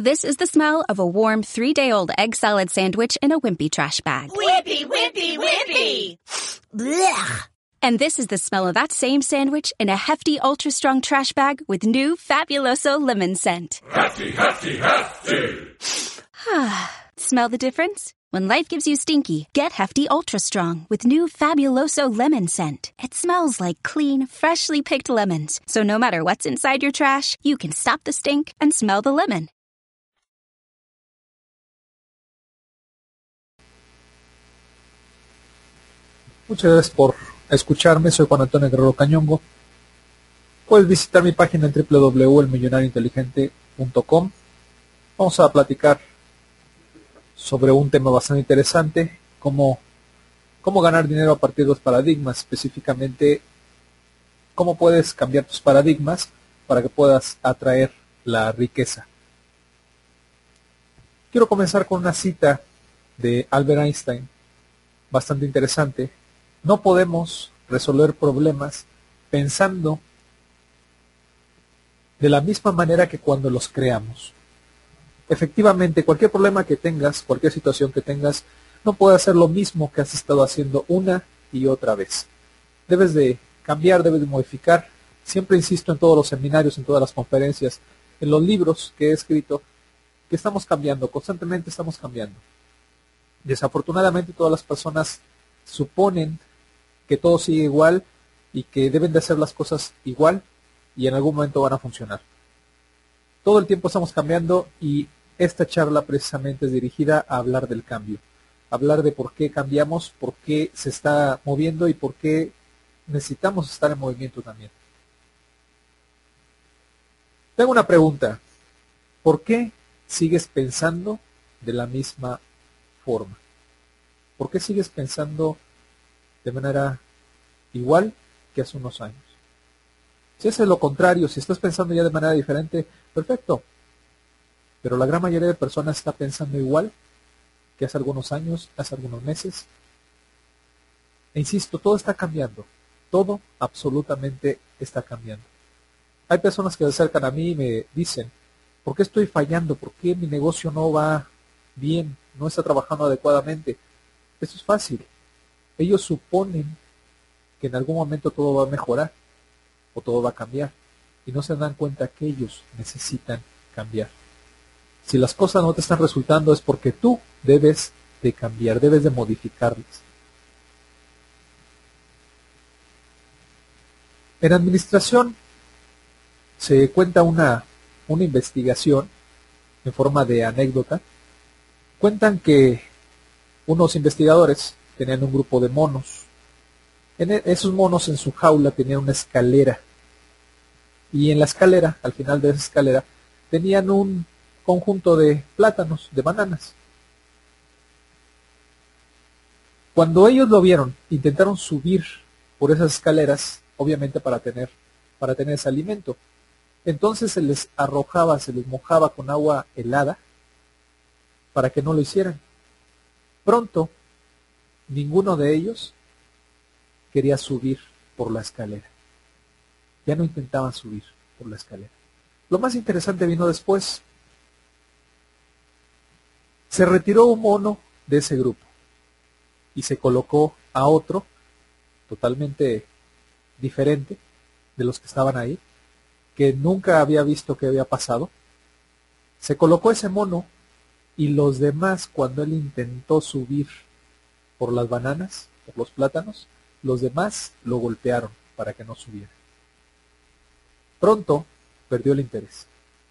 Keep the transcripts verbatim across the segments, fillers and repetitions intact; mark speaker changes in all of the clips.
Speaker 1: This is the smell of a warm three-day-old egg salad sandwich in a Wimpy trash bag.
Speaker 2: Wimpy, Wimpy, Wimpy!
Speaker 1: Blech! And this is the smell of that same sandwich in a hefty, ultra-strong trash bag with new Fabuloso lemon scent.
Speaker 3: Hefty, hefty, hefty!
Speaker 1: Smell the difference? When life gives you stinky, get Hefty Ultra Strong with new Fabuloso lemon scent. It smells like clean, freshly picked lemons. So no matter what's inside your trash, you can stop the stink and smell the lemon.
Speaker 4: Muchas gracias por escucharme. Soy Juan Antonio Guerrero Cañongo. Puedes visitar mi página en doble u doble u doble u punto el millonario inteligente punto com. Vamos a platicar sobre un tema bastante interesante, cómo, cómo ganar dinero a partir de los paradigmas, específicamente cómo puedes cambiar tus paradigmas para que puedas atraer la riqueza. Quiero comenzar con una cita de Albert Einstein, bastante interesante. No podemos resolver problemas pensando de la misma manera que cuando los creamos. Efectivamente, cualquier problema que tengas, cualquier situación que tengas, no puede hacer lo mismo que has estado haciendo una y otra vez. Debes de cambiar, debes de modificar. Siempre insisto en todos los seminarios, en todas las conferencias, en los libros que he escrito, que estamos cambiando, constantemente estamos cambiando. Desafortunadamente todas las personas suponen que todo sigue igual y que deben de hacer las cosas igual y en algún momento van a funcionar. Todo el tiempo estamos cambiando y esta charla precisamente es dirigida a hablar del cambio, hablar de por qué cambiamos, por qué se está moviendo y por qué necesitamos estar en movimiento también. Tengo una pregunta. ¿Por qué sigues pensando de la misma forma? ¿Por qué sigues pensando de manera igual que hace unos años? Si es lo contrario, si estás pensando ya de manera diferente, perfecto. Pero la gran mayoría de personas está pensando igual que hace algunos años, hace algunos meses. E insisto, todo está cambiando. Todo absolutamente está cambiando. Hay personas que se acercan a mí y me dicen, ¿por qué estoy fallando? ¿Por qué mi negocio no va bien? ¿No está trabajando adecuadamente? Eso es fácil. Ellos suponen que en algún momento todo va a mejorar o todo va a cambiar y no se dan cuenta que ellos necesitan cambiar. Si las cosas no te están resultando es porque tú debes de cambiar, debes de modificarlas. En administración se cuenta una, una investigación en forma de anécdota. Cuentan que unos investigadores tenían un grupo de monos. En esos monos en su jaula tenían una escalera. Y en la escalera, al final de esa escalera, tenían un conjunto de plátanos, de bananas. Cuando ellos lo vieron, intentaron subir por esas escaleras, obviamente para tener, para tener ese alimento. Entonces se les arrojaba, se les mojaba con agua helada para que no lo hicieran. Pronto, ninguno de ellos quería subir por la escalera. Ya no intentaban subir por la escalera. Lo más interesante vino después. Se retiró un mono de ese grupo y se colocó a otro totalmente diferente de los que estaban ahí, que nunca había visto qué había pasado. Se colocó ese mono y los demás, cuando él intentó subir por las bananas, por los plátanos, los demás lo golpearon para que no subiera. Pronto perdió el interés.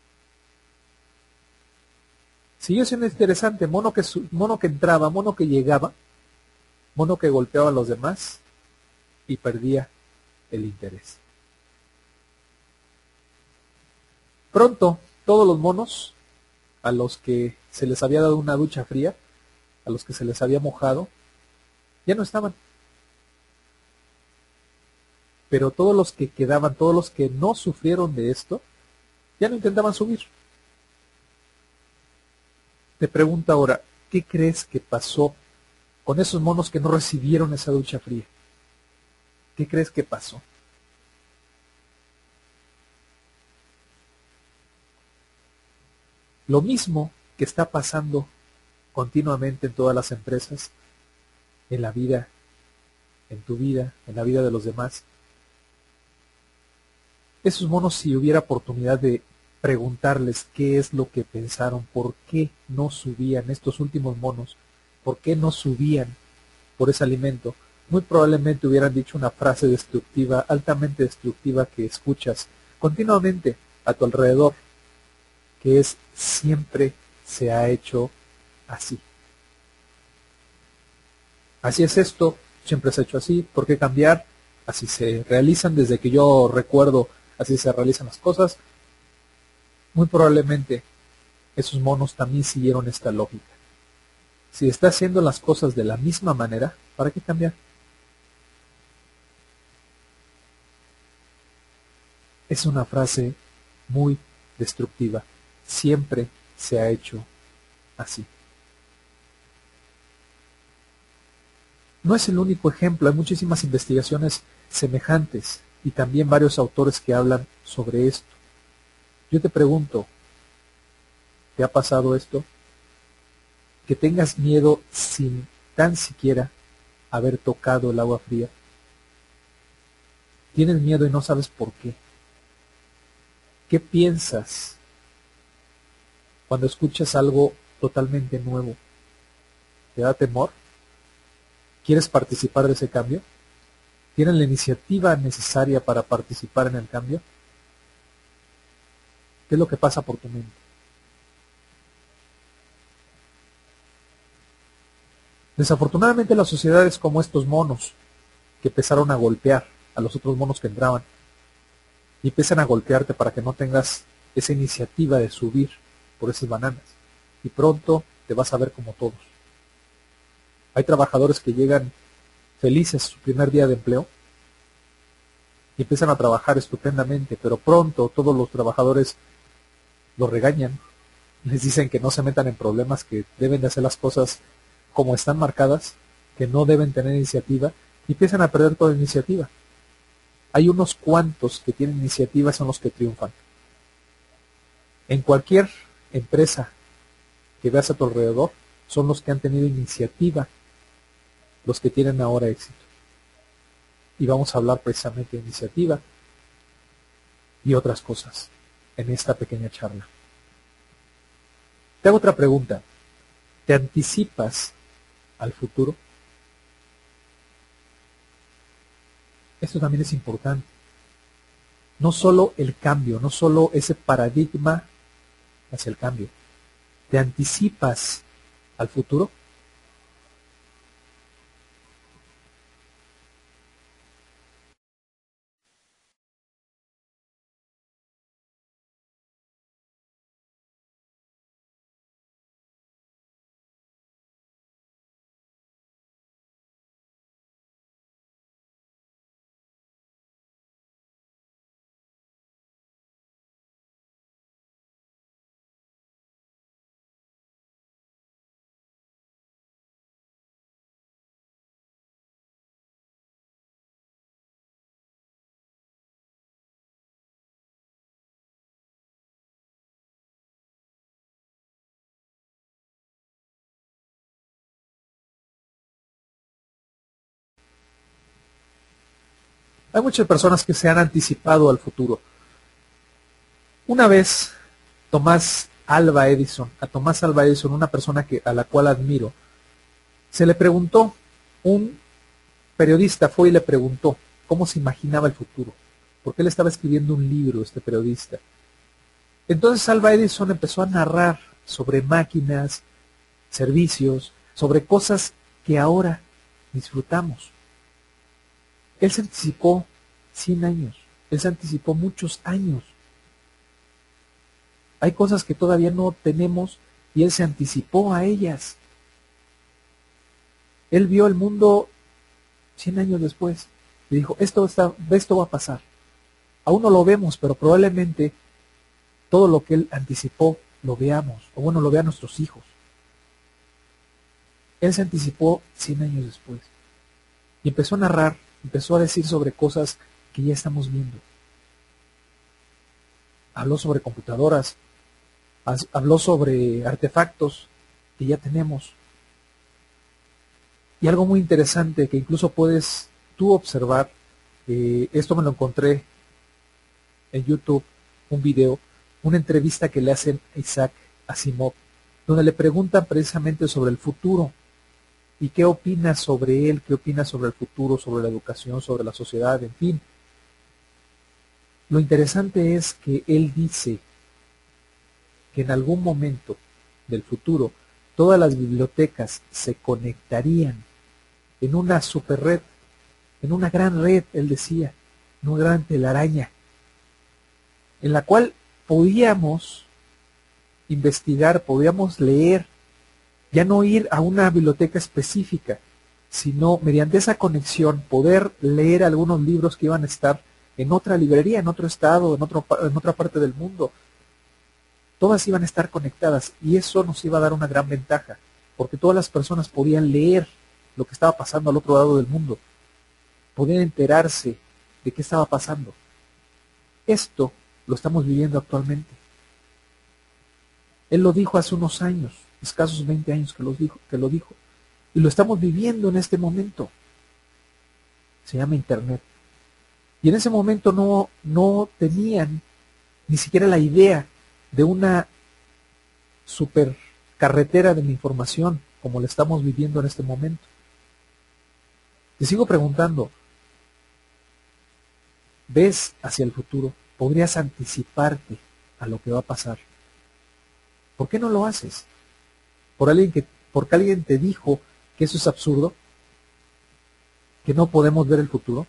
Speaker 4: Siguió siendo interesante, mono que, mono que entraba, mono que llegaba, mono que golpeaba a los demás y perdía el interés. Pronto, todos los monos a los que se les había dado una ducha fría, a los que se les había mojado, ya no estaban. Pero todos los que quedaban, todos los que no sufrieron de esto, ya no intentaban subir. Te pregunto ahora, ¿qué crees que pasó con esos monos que no recibieron esa ducha fría? ¿Qué crees que pasó? Lo mismo que está pasando continuamente en todas las empresas, en la vida, en tu vida, en la vida de los demás. Esos monos, si hubiera oportunidad de preguntarles qué es lo que pensaron, por qué no subían estos últimos monos, por qué no subían por ese alimento, muy probablemente hubieran dicho una frase destructiva, altamente destructiva, que escuchas continuamente a tu alrededor, que es: siempre se ha hecho así. Así es esto, siempre se ha hecho así, ¿por qué cambiar? Así se realizan, desde que yo recuerdo, así se realizan las cosas. Muy probablemente esos monos también siguieron esta lógica. Si está haciendo las cosas de la misma manera, ¿para qué cambiar? Es una frase muy destructiva. Siempre se ha hecho así. No es el único ejemplo, hay muchísimas investigaciones semejantes y también varios autores que hablan sobre esto. Yo te pregunto, ¿te ha pasado esto? Que tengas miedo sin tan siquiera haber tocado el agua fría. Tienes miedo y no sabes por qué. ¿Qué piensas cuando escuchas algo totalmente nuevo? ¿Te da temor? ¿Quieres participar de ese cambio? ¿Tienes la iniciativa necesaria para participar en el cambio? ¿Qué es lo que pasa por tu mente? Desafortunadamente las sociedades como estos monos que empezaron a golpear a los otros monos que entraban y empiezan a golpearte para que no tengas esa iniciativa de subir por esas bananas, y pronto te vas a ver como todos. Hay trabajadores que llegan felices su primer día de empleo y empiezan a trabajar estupendamente, pero pronto todos los trabajadores los regañan, les dicen que no se metan en problemas, que deben de hacer las cosas como están marcadas, que no deben tener iniciativa, y empiezan a perder toda iniciativa. Hay unos cuantos que tienen iniciativa, son los que triunfan. En cualquier empresa que veas a tu alrededor, son los que han tenido iniciativa los que tienen ahora éxito. Y vamos a hablar precisamente de iniciativa y otras cosas en esta pequeña charla. Te hago otra pregunta. ¿Te anticipas al futuro? Esto también es importante. No solo el cambio, no solo ese paradigma hacia el cambio. ¿Te anticipas al futuro? Hay muchas personas que se han anticipado al futuro. Una vez, Tomás Alva Edison, a Tomás Alva Edison, una persona que, a la cual admiro, se le preguntó, un periodista fue y le preguntó cómo se imaginaba el futuro, porque él estaba escribiendo un libro, este periodista. Entonces Alva Edison empezó a narrar sobre máquinas, servicios, sobre cosas que ahora disfrutamos. Él se anticipó cien años, él se anticipó muchos años. Hay cosas que todavía no tenemos y él se anticipó a ellas. Él vio el mundo cien años después y dijo, esto, está, esto va a pasar. Aún no lo vemos, pero probablemente todo lo que él anticipó lo veamos, o bueno, lo vean nuestros hijos. Él se anticipó cien años después y empezó a narrar, empezó a decir sobre cosas que ya estamos viendo. Habló sobre computadoras, habló sobre artefactos que ya tenemos. Y algo muy interesante que incluso puedes tú observar, eh, esto me lo encontré en YouTube, un video, una entrevista que le hacen a Isaac Asimov, donde le preguntan precisamente sobre el futuro y qué opina sobre él, qué opina sobre el futuro, sobre la educación, sobre la sociedad, en fin. Lo interesante es que él dice que en algún momento del futuro todas las bibliotecas se conectarían en una super red, en una gran red, él decía, en una gran telaraña, en la cual podíamos investigar, podíamos leer, ya no ir a una biblioteca específica, sino mediante esa conexión poder leer algunos libros que iban a estar en otra librería, en otro estado, en, otro, en otra parte del mundo. Todas iban a estar conectadas y eso nos iba a dar una gran ventaja, porque todas las personas podían leer lo que estaba pasando al otro lado del mundo, podían enterarse de qué estaba pasando. Esto lo estamos viviendo actualmente. Él lo dijo hace unos años, escasos veinte años que lo dijo, que lo dijo, y lo estamos viviendo en este momento. Se llama Internet. Y en ese momento no, no tenían ni siquiera la idea de una super carretera de la información como la estamos viviendo en este momento. Te sigo preguntando, ¿ves hacia el futuro? ¿Podrías anticiparte a lo que va a pasar? ¿Por qué no lo haces? ¿Por alguien que, porque alguien te dijo que eso es absurdo? ¿Que no podemos ver el futuro?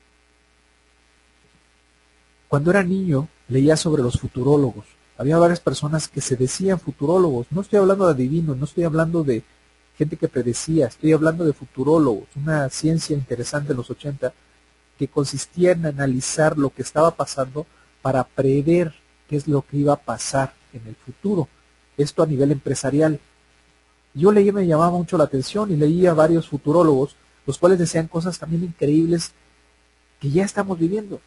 Speaker 4: Cuando era niño, leía sobre los futurólogos. Había varias personas que se decían futurólogos. No estoy hablando de adivinos, no estoy hablando de gente que predecía, estoy hablando de futurólogos, una ciencia interesante en los ochenta que consistía en analizar lo que estaba pasando para prever qué es lo que iba a pasar en el futuro. Esto a nivel empresarial. Yo leí, me llamaba mucho la atención y leía varios futurólogos, los cuales decían cosas también increíbles que ya estamos viviendo.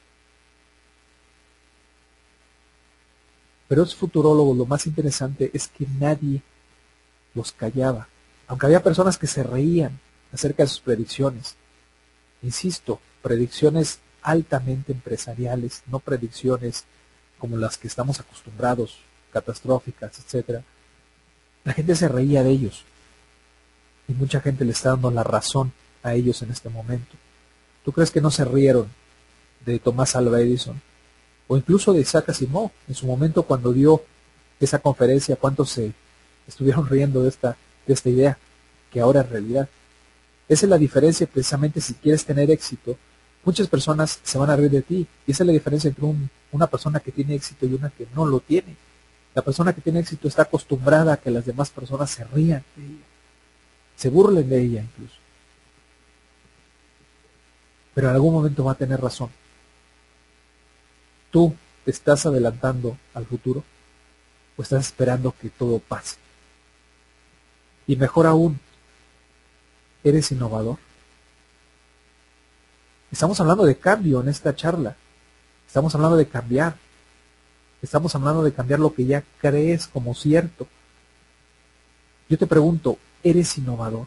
Speaker 4: Pero esos futurólogos, lo más interesante es que nadie los callaba, aunque había personas que se reían acerca de sus predicciones. Insisto, predicciones altamente empresariales, no predicciones como las que estamos acostumbrados, catastróficas, etcétera. La gente se reía de ellos y mucha gente le está dando la razón a ellos en este momento. ¿Tú crees que no se rieron de Tomás Alva Edison o incluso de Isaac Asimov en su momento cuando dio esa conferencia? ¿Cuántos se estuvieron riendo de esta, de esta idea que ahora es realidad? Esa es la diferencia precisamente. Si quieres tener éxito, muchas personas se van a reír de ti, y esa es la diferencia entre un, una persona que tiene éxito y una que no lo tiene. La persona que tiene éxito está acostumbrada a que las demás personas se rían de ella, se burlen de ella incluso, pero en algún momento va a tener razón. ¿Tú te estás adelantando al futuro o estás esperando que todo pase? Y mejor aún, ¿eres innovador? Estamos hablando de cambio en esta charla. Estamos hablando de cambiar. Estamos hablando de cambiar lo que ya crees como cierto. Yo te pregunto, ¿eres innovador?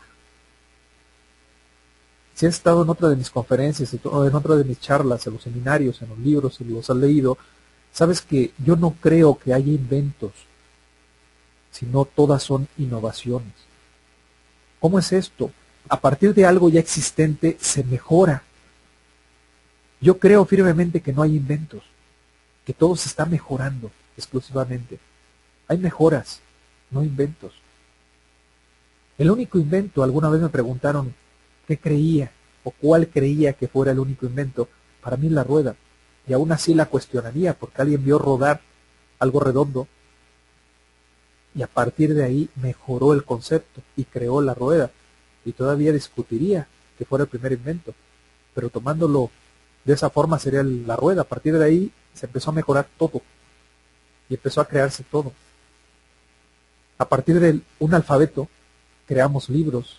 Speaker 4: Si has estado en otra de mis conferencias, o en otra de mis charlas, en los seminarios, en los libros, si los has leído, sabes que yo no creo que haya inventos, sino todas son innovaciones. ¿Cómo es esto? A partir de algo ya existente se mejora. Yo creo firmemente que no hay inventos, que todo se está mejorando exclusivamente. Hay mejoras, no inventos. El único invento, alguna vez me preguntaron qué creía o cuál creía que fuera el único invento. Para mí es la rueda, y aún así la cuestionaría porque alguien vio rodar algo redondo y a partir de ahí mejoró el concepto y creó la rueda, y todavía discutiría que fuera el primer invento, pero tomándolo de esa forma sería la rueda. A partir de ahí se empezó a mejorar todo y empezó a crearse todo. A partir de un alfabeto creamos libros,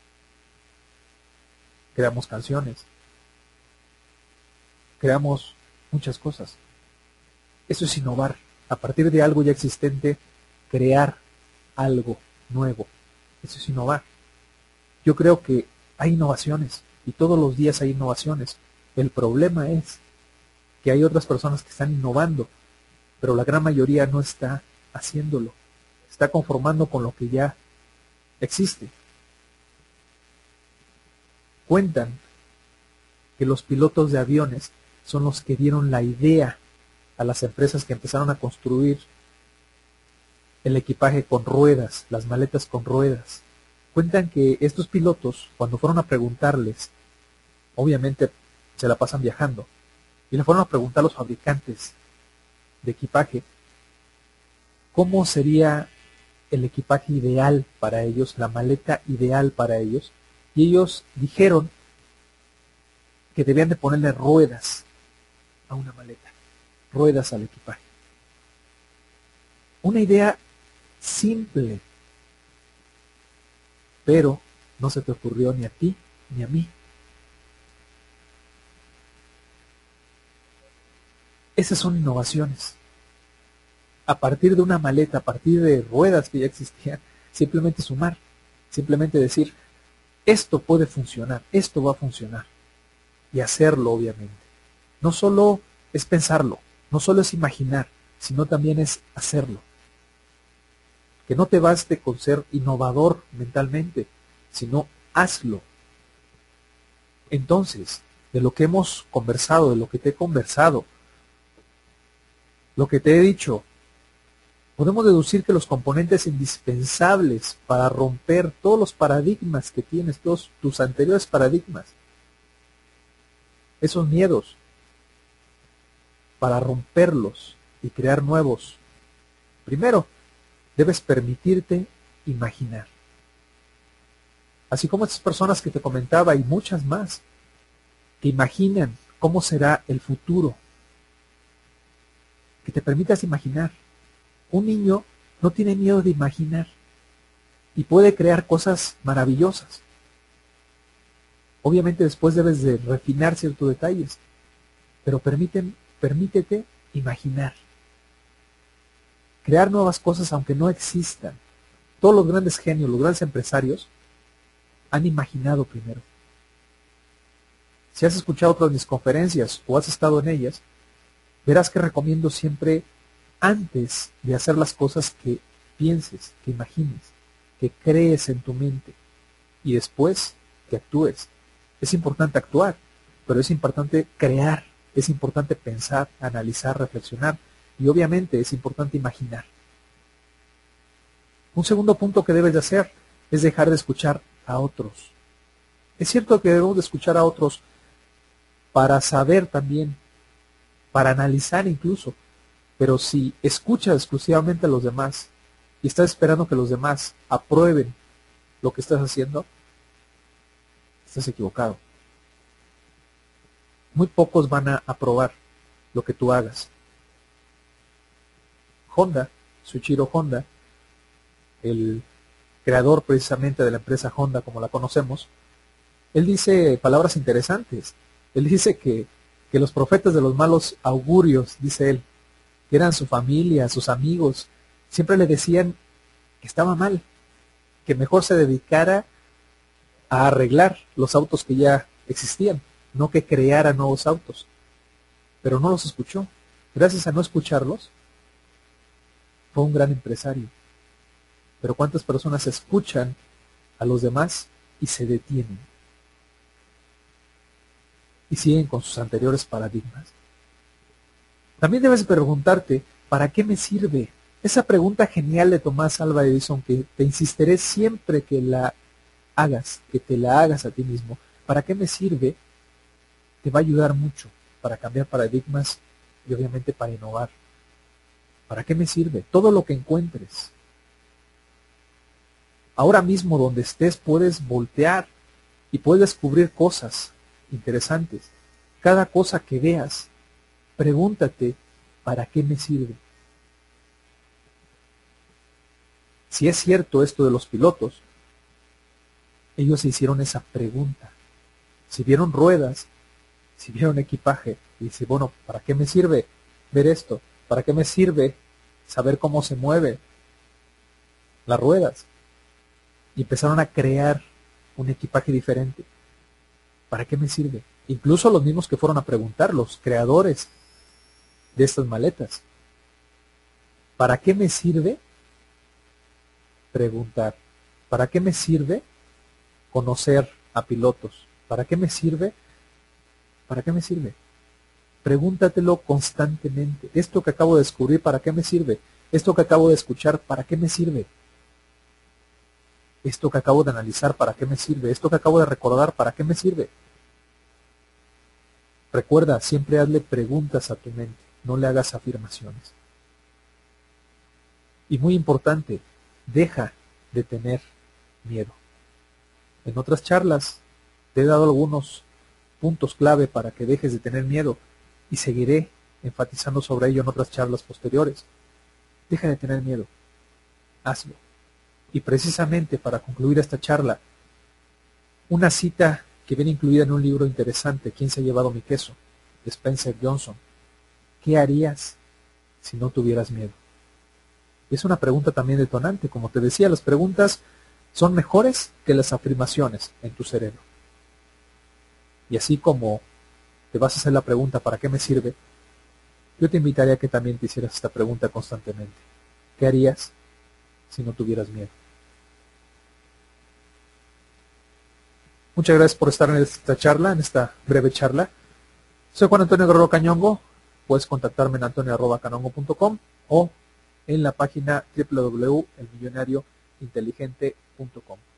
Speaker 4: creamos canciones, creamos muchas cosas. Eso es innovar. a partir de algo ya existente, crear algo nuevo. Eso es innovar. Yo creo que hay innovaciones y todos los días hay innovaciones. El problema es que hay otras personas que están innovando, pero la gran mayoría no está haciéndolo. Está conformando con lo que ya existe. Cuentan que los pilotos de aviones son los que dieron la idea a las empresas que empezaron a construir el equipaje con ruedas, las maletas con ruedas. Cuentan que estos pilotos, cuando fueron a preguntarles, obviamente se la pasan viajando, y le fueron a preguntar a los fabricantes de equipaje cómo sería el equipaje ideal para ellos, la maleta ideal para ellos, y ellos dijeron que debían de ponerle ruedas a una maleta, ruedas al equipaje. Una idea simple, pero no se te ocurrió ni a ti ni a mí. Esas son innovaciones. A partir de una maleta, a partir de ruedas que ya existían, simplemente sumar, simplemente decir, esto puede funcionar, esto va a funcionar, y hacerlo obviamente. No solo es pensarlo, no solo es imaginar, sino también es hacerlo. Que no te baste con ser innovador mentalmente, sino hazlo. Entonces, de lo que hemos conversado, de lo que te he conversado, lo que te he dicho, podemos deducir que los componentes indispensables para romper todos los paradigmas que tienes, todos tus anteriores paradigmas, esos miedos, para romperlos y crear nuevos, primero, debes permitirte imaginar. Así como estas personas que te comentaba y muchas más, que imaginan cómo será el futuro. Que te permitas imaginar. Un niño no tiene miedo de imaginar y puede crear cosas maravillosas. Obviamente después debes de refinar ciertos detalles, pero permiten, permítete imaginar. Crear nuevas cosas aunque no existan. Todos los grandes genios, los grandes empresarios, han imaginado primero. Si has escuchado otras de mis conferencias o has estado en ellas, verás que recomiendo siempre, antes de hacer las cosas, que pienses, que imagines, que crees en tu mente y después que actúes. Es importante actuar, pero es importante crear, es importante pensar, analizar, reflexionar y obviamente es importante imaginar. Un segundo punto que debes de hacer es dejar de escuchar a otros. Es cierto que debemos de escuchar a otros para saber también, para analizar incluso, pero si escuchas exclusivamente a los demás y estás esperando que los demás aprueben lo que estás haciendo, estás equivocado. Muy pocos van a aprobar lo que tú hagas. Honda, Shuichiro Honda, el creador precisamente de la empresa Honda como la conocemos, él dice palabras interesantes. Él dice que, que los profetas de los malos augurios, dice él, que eran su familia, sus amigos, siempre le decían que estaba mal, que mejor se dedicara a arreglar los autos que ya existían, no que creara nuevos autos. Pero no los escuchó. Gracias a no escucharlos, fue un gran empresario. Pero ¿cuántas personas escuchan a los demás y se detienen? Y siguen con sus anteriores paradigmas. También debes preguntarte, ¿para qué me sirve? Esa pregunta genial de Tomás Alva Edison, que te insistiré siempre que la hagas, que te la hagas a ti mismo. ¿Para qué me sirve? Te va a ayudar mucho para cambiar paradigmas y obviamente para innovar. ¿Para qué me sirve? Todo lo que encuentres. Ahora mismo donde estés puedes voltear y puedes descubrir cosas interesantes. Cada cosa que veas, pregúntate, ¿para qué me sirve? Si es cierto esto de los pilotos, ellos se hicieron esa pregunta. Si vieron ruedas, si vieron equipaje, y dice, bueno, ¿para qué me sirve ver esto? ¿Para qué me sirve saber cómo se mueven las ruedas. Y empezaron a crear un equipaje diferente. ¿Para qué me sirve? Incluso los mismos que fueron a preguntar, los creadores de estas maletas. ¿Para qué me sirve preguntar? ¿Para qué me sirve conocer a pilotos? ¿Para qué me sirve? ¿Para qué me sirve? Pregúntatelo constantemente. Esto que acabo de descubrir, ¿para qué me sirve? Esto que acabo de escuchar, ¿para qué me sirve? Esto que acabo de analizar, ¿para qué me sirve? Esto que acabo de recordar, ¿para qué me sirve? Recuerda, siempre hazle preguntas a tu mente, no le hagas afirmaciones. Y muy importante, deja de tener miedo. En otras charlas te he dado algunos puntos clave para que dejes de tener miedo y seguiré enfatizando sobre ello en otras charlas posteriores. Deja de tener miedo. Hazlo. Y precisamente para concluir esta charla, una cita que viene incluida en un libro interesante, ¿Quién se ha llevado mi queso?, de Spencer Johnson. ¿Qué harías si no tuvieras miedo? Es una pregunta también detonante. Como te decía, las preguntas son mejores que las afirmaciones en tu cerebro. Y así como te vas a hacer la pregunta ¿para qué me sirve?, yo te invitaría a que también te hicieras esta pregunta constantemente. ¿Qué harías si no tuvieras miedo? Muchas gracias por estar en esta charla, en esta breve charla. Soy Juan Antonio Guerrero Cañongo. Puedes contactarme en antonio arroba canongo punto com o en la página doble u doble u doble u punto el millonario inteligente punto com.